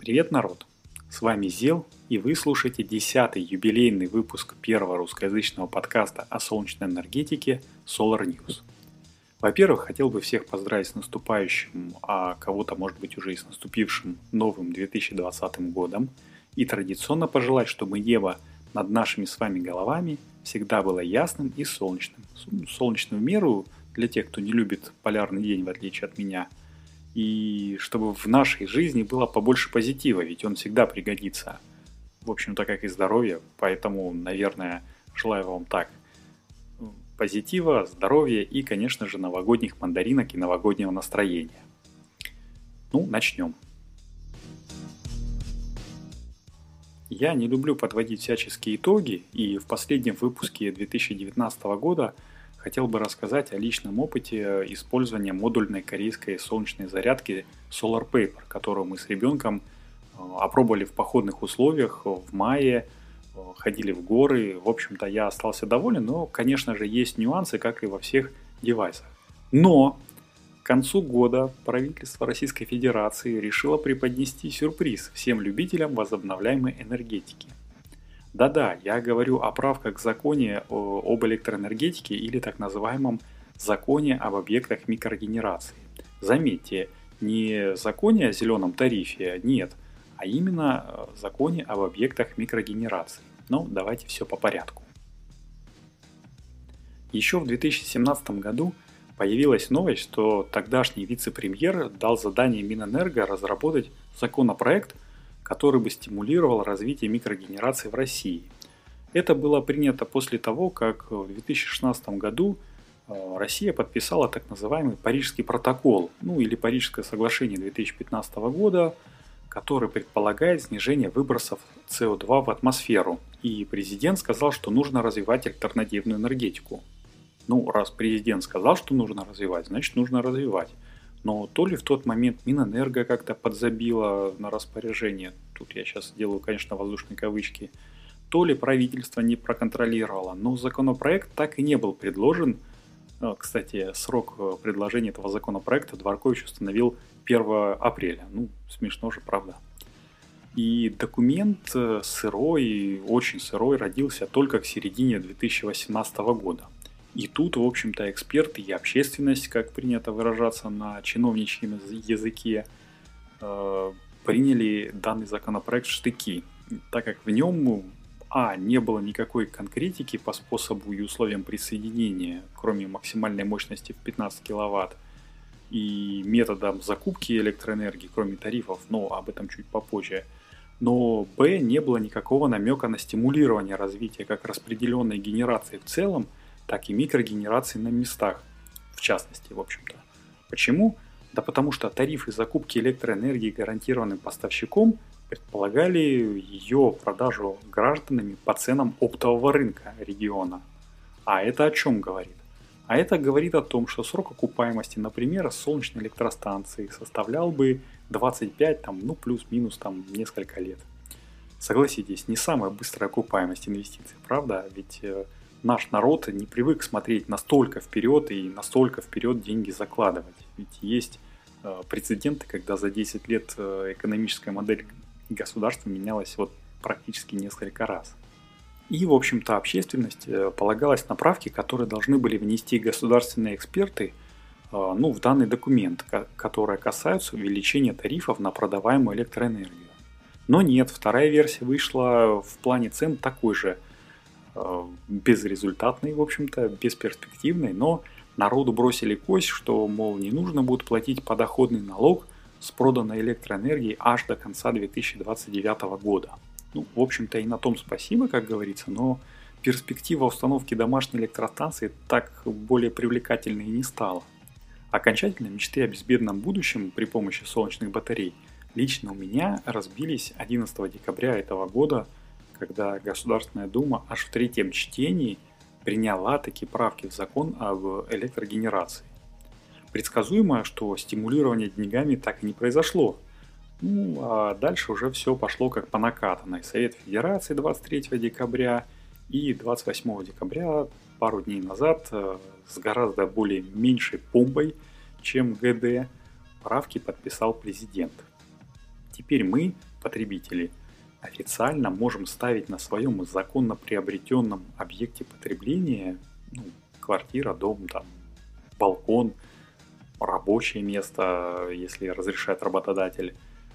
Привет, народ! С вами Зел, и вы слушаете 10-й юбилейный выпуск первого русскоязычного подкаста о солнечной энергетике Solar News. Во-первых, хотел бы всех поздравить с наступающим, а кого-то, может быть, уже и с наступившим новым 2020 годом, и традиционно пожелать, чтобы небо над нашими с вами головами всегда было ясным и солнечным. Солнечным в меру для тех, кто не любит полярный день, в отличие от меня, и чтобы в нашей жизни было побольше позитива, ведь он всегда пригодится, в общем-то, как и здоровье, поэтому, наверное, желаю вам так: позитива, здоровья и, конечно же, новогодних мандаринок и новогоднего настроения. Ну, начнем. Я не люблю подводить всяческие итоги, и в последнем выпуске 2019 года хотел бы рассказать о личном опыте использования модульной корейской солнечной зарядки Solar Paper, которую мы с ребенком опробовали в походных условиях в мае, ходили в горы. В общем-то, я остался доволен, но, конечно же, есть нюансы, как и во всех девайсах. Но к концу года правительство Российской Федерации решило преподнести сюрприз всем любителям возобновляемой энергетики. Да-да, я говорю о правках к законе об электроэнергетике или так называемом законе об объектах микрогенерации. Заметьте, не законе о зеленом тарифе, нет, а именно законе об объектах микрогенерации. Но давайте все по порядку. Еще в 2017 году появилась новость, что тогдашний вице-премьер дал задание Минэнерго разработать законопроект, который бы стимулировал развитие микрогенерации в России. Это было принято после того, как в 2016 году Россия подписала так называемый Парижский протокол, или Парижское соглашение 2015 года, который предполагает снижение выбросов СО2 в атмосферу. И президент сказал, что нужно развивать альтернативную энергетику. Раз президент сказал, что нужно развивать, значит нужно развивать. Но то ли в тот момент Минэнерго как-то подзабило на распоряжение, тут я сейчас делаю, конечно, воздушные кавычки, то ли правительство не проконтролировало, но законопроект так и не был предложен. Кстати, срок предложения этого законопроекта Дворкович установил 1 апреля. Смешно же, правда. И документ сырой, очень сырой, родился только к середине 2018 года. И тут, в общем-то, эксперты и общественность, как принято выражаться на чиновничьем языке, приняли данный законопроект в штыки, так как в нем не было никакой конкретики по способу и условиям присоединения, кроме максимальной мощности в 15 киловатт, и методом закупки электроэнергии, кроме тарифов, но об этом чуть попозже. Но не было никакого намека на стимулирование развития как распределенной генерации в целом, так и микрогенерации на местах, в частности, в общем-то. Почему? Да потому что тарифы закупки электроэнергии гарантированным поставщиком предполагали ее продажу гражданами по ценам оптового рынка региона. А это о чем говорит? А это говорит о том, что срок окупаемости, например, солнечной электростанции составлял бы 25, плюс-минус несколько лет. Согласитесь, не самая быстрая окупаемость инвестиций, правда? Ведь наш народ не привык смотреть настолько вперед и настолько вперед деньги закладывать. Ведь есть прецеденты, когда за 10 лет экономическая модель государства менялась практически несколько раз. И, в общем-то, общественность полагалась на правки, которые должны были внести государственные эксперты в данный документ, которые касаются увеличения тарифов на продаваемую электроэнергию. Но нет, вторая версия вышла в плане цен такой же, безрезультатной, в общем-то, бесперспективной, но народу бросили кость, что, не нужно будет платить подоходный налог с проданной электроэнергии аж до конца 2029 года. В общем-то, и на том спасибо, как говорится, но перспектива установки домашней электростанции так более привлекательной и не стала. Окончательно мечты о безбедном будущем при помощи солнечных батарей лично у меня разбились 11 декабря этого года, когда Государственная Дума аж в третьем чтении приняла такие правки в закон об электрогенерации. Предсказуемо, что стимулирование деньгами так и не произошло. А дальше уже все пошло как по накатанной. Совет Федерации 23 декабря и 28 декабря, пару дней назад, с гораздо более меньшей помпой, чем ГД, правки подписал президент. Теперь мы, потребители, официально можем ставить на своем законно приобретенном объекте потребления, квартира, дом, там, балкон, рабочее место, если разрешает работодатель,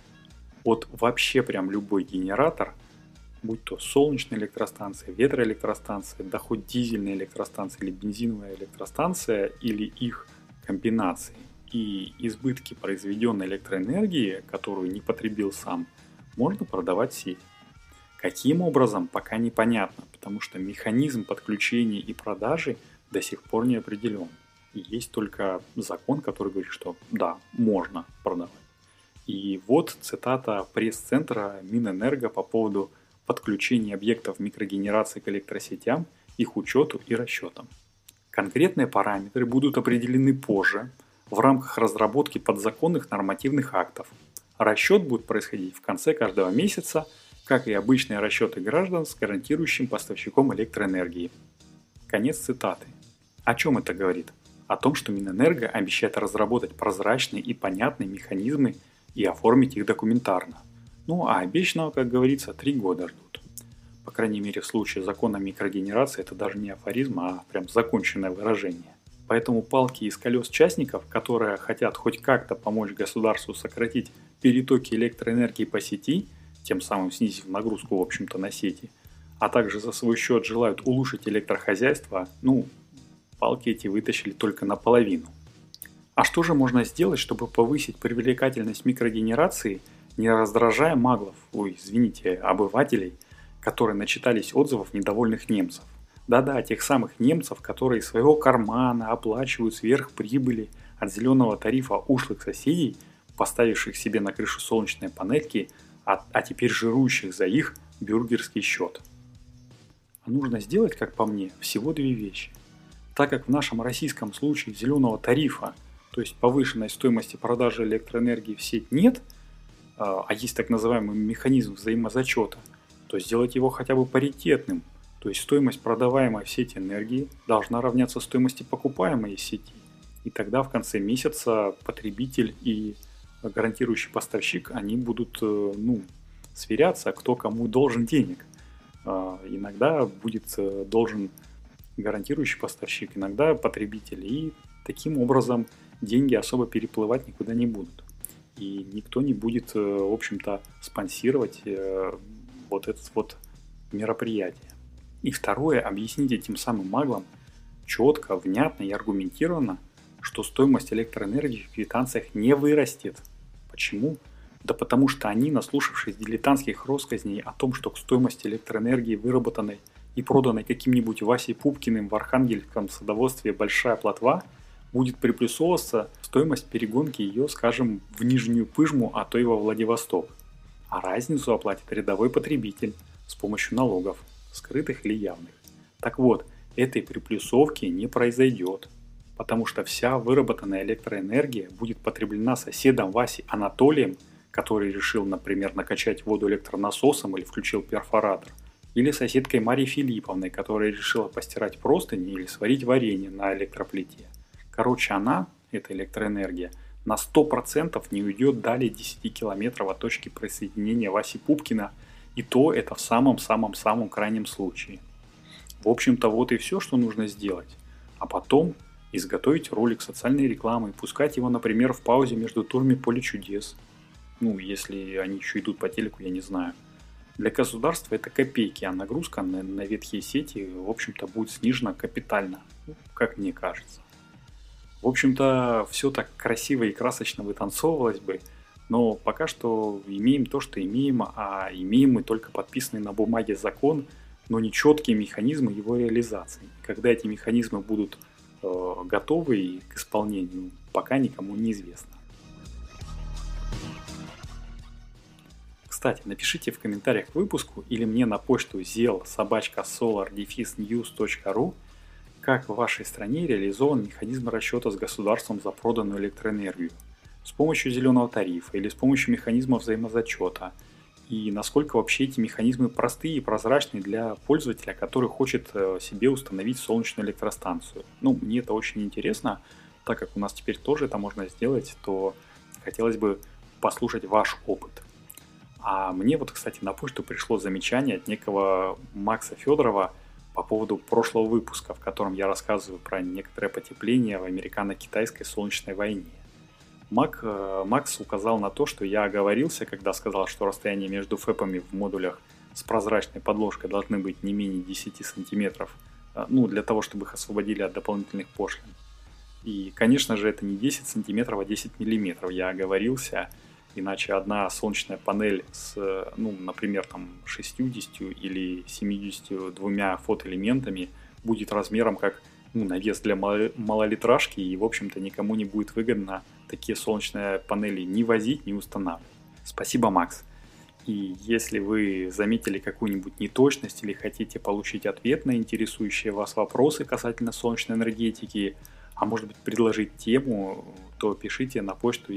вот вообще прям любой генератор, будь то солнечная электростанция, ветроэлектростанция, да хоть дизельная электростанция или бензиновая электростанция или их комбинации. И избытки произведенной электроэнергии, которую не потребил сам, можно продавать в сеть. Каким образом, пока непонятно, потому что механизм подключения и продажи до сих пор не определен. И есть только закон, который говорит, что да, можно продавать. И вот цитата пресс-центра Минэнерго по поводу подключения объектов микрогенерации к электросетям, их учету и расчетам. Конкретные параметры будут определены позже в рамках разработки подзаконных нормативных актов. Расчет будет происходить в конце каждого месяца, как и обычные расчеты граждан с гарантирующим поставщиком электроэнергии. Конец цитаты. О чем это говорит? О том, что Минэнерго обещает разработать прозрачные и понятные механизмы и оформить их документарно. А обещанного, как говорится, 3 года ждут. По крайней мере, в случае закона микрогенерации это даже не афоризм, а прям законченное выражение. Поэтому палки из колес частников, которые хотят хоть как-то помочь государству сократить перетоки электроэнергии по сети, тем самым снизив нагрузку, в общем-то, на сети, а также за свой счет желают улучшить электрохозяйство, палки эти вытащили только наполовину. А что же можно сделать, чтобы повысить привлекательность микрогенерации, не раздражая маглов, обывателей, которые начитались отзывов недовольных немцев? Да-да, тех самых немцев, которые из своего кармана оплачивают сверхприбыли от зеленого тарифа ушлых соседей, поставивших себе на крышу солнечные панельки, а теперь жирующих за их бюргерский счет. А нужно сделать, как по мне, всего 2 вещи. Так как в нашем российском случае зеленого тарифа, то есть повышенной стоимости продажи электроэнергии в сеть нет, а есть так называемый механизм взаимозачета, то сделать его хотя бы паритетным, то есть стоимость продаваемой в сеть энергии должна равняться стоимости покупаемой из сети. И тогда в конце месяца потребитель и гарантирующий поставщик, они будут сверяться, кто кому должен денег. Иногда будет должен гарантирующий поставщик, иногда потребитель. И таким образом деньги особо переплывать никуда не будут. И никто не будет, в общем-то, спонсировать вот это вот мероприятие. И второе, объясните тем самым маглам четко, внятно и аргументированно, что стоимость электроэнергии в квитанциях не вырастет. Почему? Да потому что они, наслушавшись дилетантских россказней о том, что к стоимости электроэнергии, выработанной и проданной каким-нибудь Васей Пупкиным в Архангельском садоводстве большая плотва, будет приплюсовываться стоимость перегонки ее, скажем, в Нижнюю Пыжму, а то и во Владивосток. А разницу оплатит рядовой потребитель с помощью налогов, скрытых или явных. Так вот, этой приплюсовки не произойдет, потому что вся выработанная электроэнергия будет потреблена соседом Васей Анатолием, который решил, например, накачать воду электронасосом или включил перфоратор, или соседкой Марьей Филипповной, которая решила постирать простыни или сварить варенье на электроплите. Короче, эта электроэнергия, на 100% не уйдет далее 10 километров от точки присоединения Васи Пупкина, и то это в самом-самом-самом крайнем случае. В общем-то, вот и все, что нужно сделать. А потом изготовить ролик социальной рекламы и пускать его, например, в паузе между турами «Поле чудес». Если они еще идут по телеку, я не знаю. Для государства это копейки, а нагрузка на ветхие сети, в общем-то, будет снижена капитально, как мне кажется. В общем-то, все так красиво и красочно вытанцовывалось бы, но пока что имеем то, что имеем, а имеем мы только подписанный на бумаге закон, но не четкие механизмы его реализации. Когда эти механизмы будут готовы к исполнению, пока никому не известно. Кстати, напишите в комментариях к выпуску или мне на почту zel@solar-news.ru, как в вашей стране реализован механизм расчета с государством за проданную электроэнергию с помощью зеленого тарифа или с помощью механизма взаимозачета, и насколько вообще эти механизмы простые и прозрачные для пользователя, который хочет себе установить солнечную электростанцию. Мне это очень интересно, так как у нас теперь тоже это можно сделать, то хотелось бы послушать ваш опыт. А мне вот, кстати, на почту пришло замечание от некого Макса Федорова по поводу прошлого выпуска, в котором я рассказываю про некоторое потепление в американо-китайской солнечной войне. Макс указал на то, что я оговорился, когда сказал, что расстояние между фэпами в модулях с прозрачной подложкой должны быть не менее 10 сантиметров, для того, чтобы их освободили от дополнительных пошлин. И, конечно же, это не 10 сантиметров, а 10 миллиметров. Я оговорился, иначе одна солнечная панель с, например, 60 или 72 фотоэлементами будет размером как навес для малолитражки, и, в общем-то, никому не будет выгодно такие солнечные панели ни возить, ни устанавливать. Спасибо, Макс. И если вы заметили какую-нибудь неточность или хотите получить ответ на интересующие вас вопросы касательно солнечной энергетики, а может быть предложить тему, то пишите на почту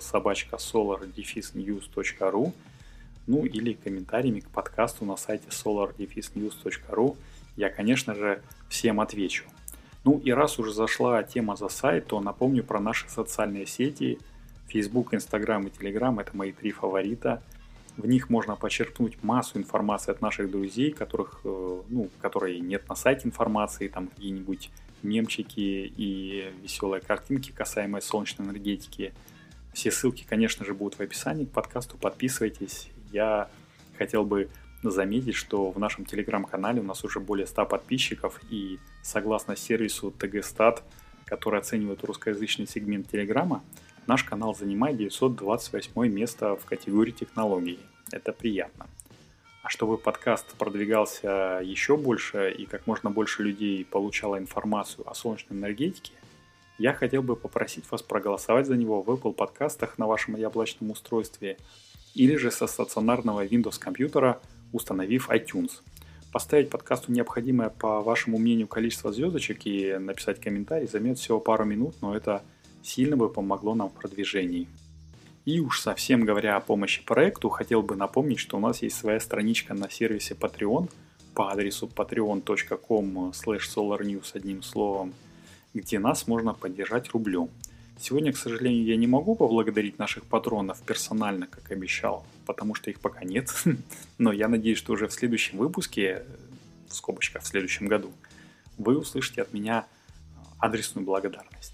zел@solar-news.ru, или комментариями к подкасту на сайте solar-news.ru. Я, конечно же, всем отвечу. И раз уже зашла тема за сайт, то напомню про наши социальные сети. Facebook, Instagram и Telegram – это мои 3 фаворита. В них можно почерпнуть массу информации от наших друзей, которые нет на сайте информации, там какие-нибудь мемчики и веселые картинки, касаемые солнечной энергетики. Все ссылки, конечно же, будут в описании к подкасту. Подписывайтесь. Я хотел бы заметить, что в нашем телеграм-канале у нас уже более 100 подписчиков, и согласно сервису TGStat, который оценивает русскоязычный сегмент телеграма, наш канал занимает 928 место в категории технологий. Это приятно. А чтобы подкаст продвигался еще больше и как можно больше людей получало информацию о солнечной энергетике, я хотел бы попросить вас проголосовать за него в Apple подкастах на вашем яблочном устройстве или же со стационарного Windows компьютера, установив iTunes. Поставить подкасту необходимое, по вашему мнению, количество звездочек и написать комментарий займет всего пару минут, но это сильно бы помогло нам в продвижении. И уж совсем говоря о помощи проекту, хотел бы напомнить, что у нас есть своя страничка на сервисе Patreon по адресу patreon.com/solarnews одним словом, где нас можно поддержать рублем. Сегодня, к сожалению, я не могу поблагодарить наших патронов персонально, как обещал, потому что их пока нет. Но я надеюсь, что уже в следующем выпуске, в скобочках в следующем году, вы услышите от меня адресную благодарность.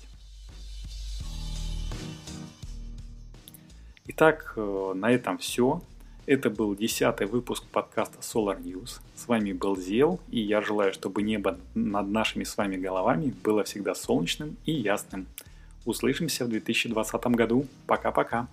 Итак, на этом все. Это был 10-й выпуск подкаста Solar News. С вами был Зел, и я желаю, чтобы небо над нашими с вами головами было всегда солнечным и ясным. Услышимся в 2020 году. Пока-пока.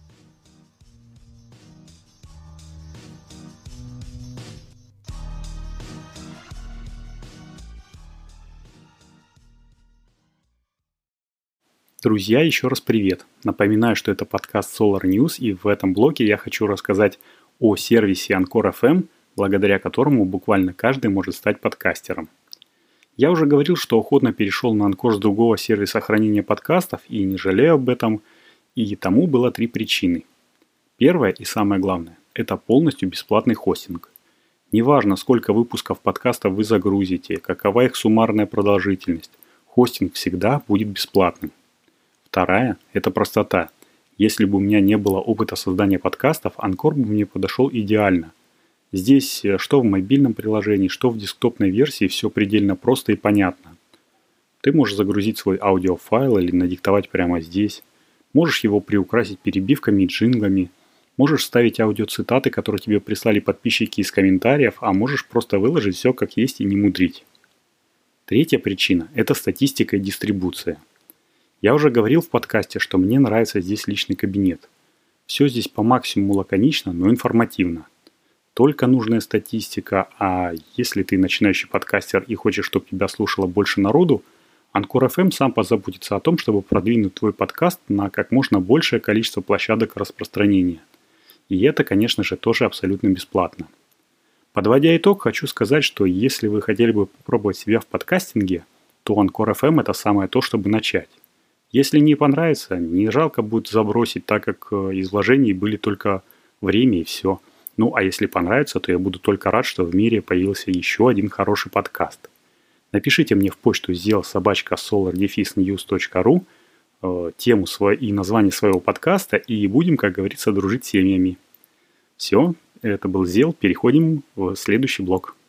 Друзья, еще раз привет. Напоминаю, что это подкаст Solar News, и в этом блоке я хочу рассказать о сервисе Anchor FM, благодаря которому буквально каждый может стать подкастером. Я уже говорил, что охотно перешел на Anchor с другого сервиса хранения подкастов и не жалею об этом, и тому было 3 причины. Первое и самое главное – это полностью бесплатный хостинг. Неважно, сколько выпусков подкастов вы загрузите, какова их суммарная продолжительность, хостинг всегда будет бесплатным. Вторая – это простота. Если бы у меня не было опыта создания подкастов, Anchor бы мне подошел идеально. Здесь, что в мобильном приложении, что в десктопной версии, все предельно просто и понятно. Ты можешь загрузить свой аудиофайл или надиктовать прямо здесь. Можешь его приукрасить перебивками и джинглами. Можешь вставить аудиоцитаты, которые тебе прислали подписчики из комментариев, а можешь просто выложить все как есть и не мудрить. Третья причина – это статистика и дистрибуция. Я уже говорил в подкасте, что мне нравится здесь личный кабинет. Все здесь по максимуму лаконично, но информативно. Только нужная статистика, а если ты начинающий подкастер и хочешь, чтобы тебя слушало больше народу, Anchor FM сам позаботится о том, чтобы продвинуть твой подкаст на как можно большее количество площадок распространения. И это, конечно же, тоже абсолютно бесплатно. Подводя итог, хочу сказать, что если вы хотели бы попробовать себя в подкастинге, то Anchor FM это самое то, чтобы начать. Если не понравится, не жалко будет забросить, так как из вложений были только время и все. А если понравится, то я буду только рад, что в мире появился еще один хороший подкаст. Напишите мне в почту zел@solar-news.ru тему и название своего подкаста, и будем, как говорится, дружить семьями. Все, это был Зел. Переходим в следующий блок.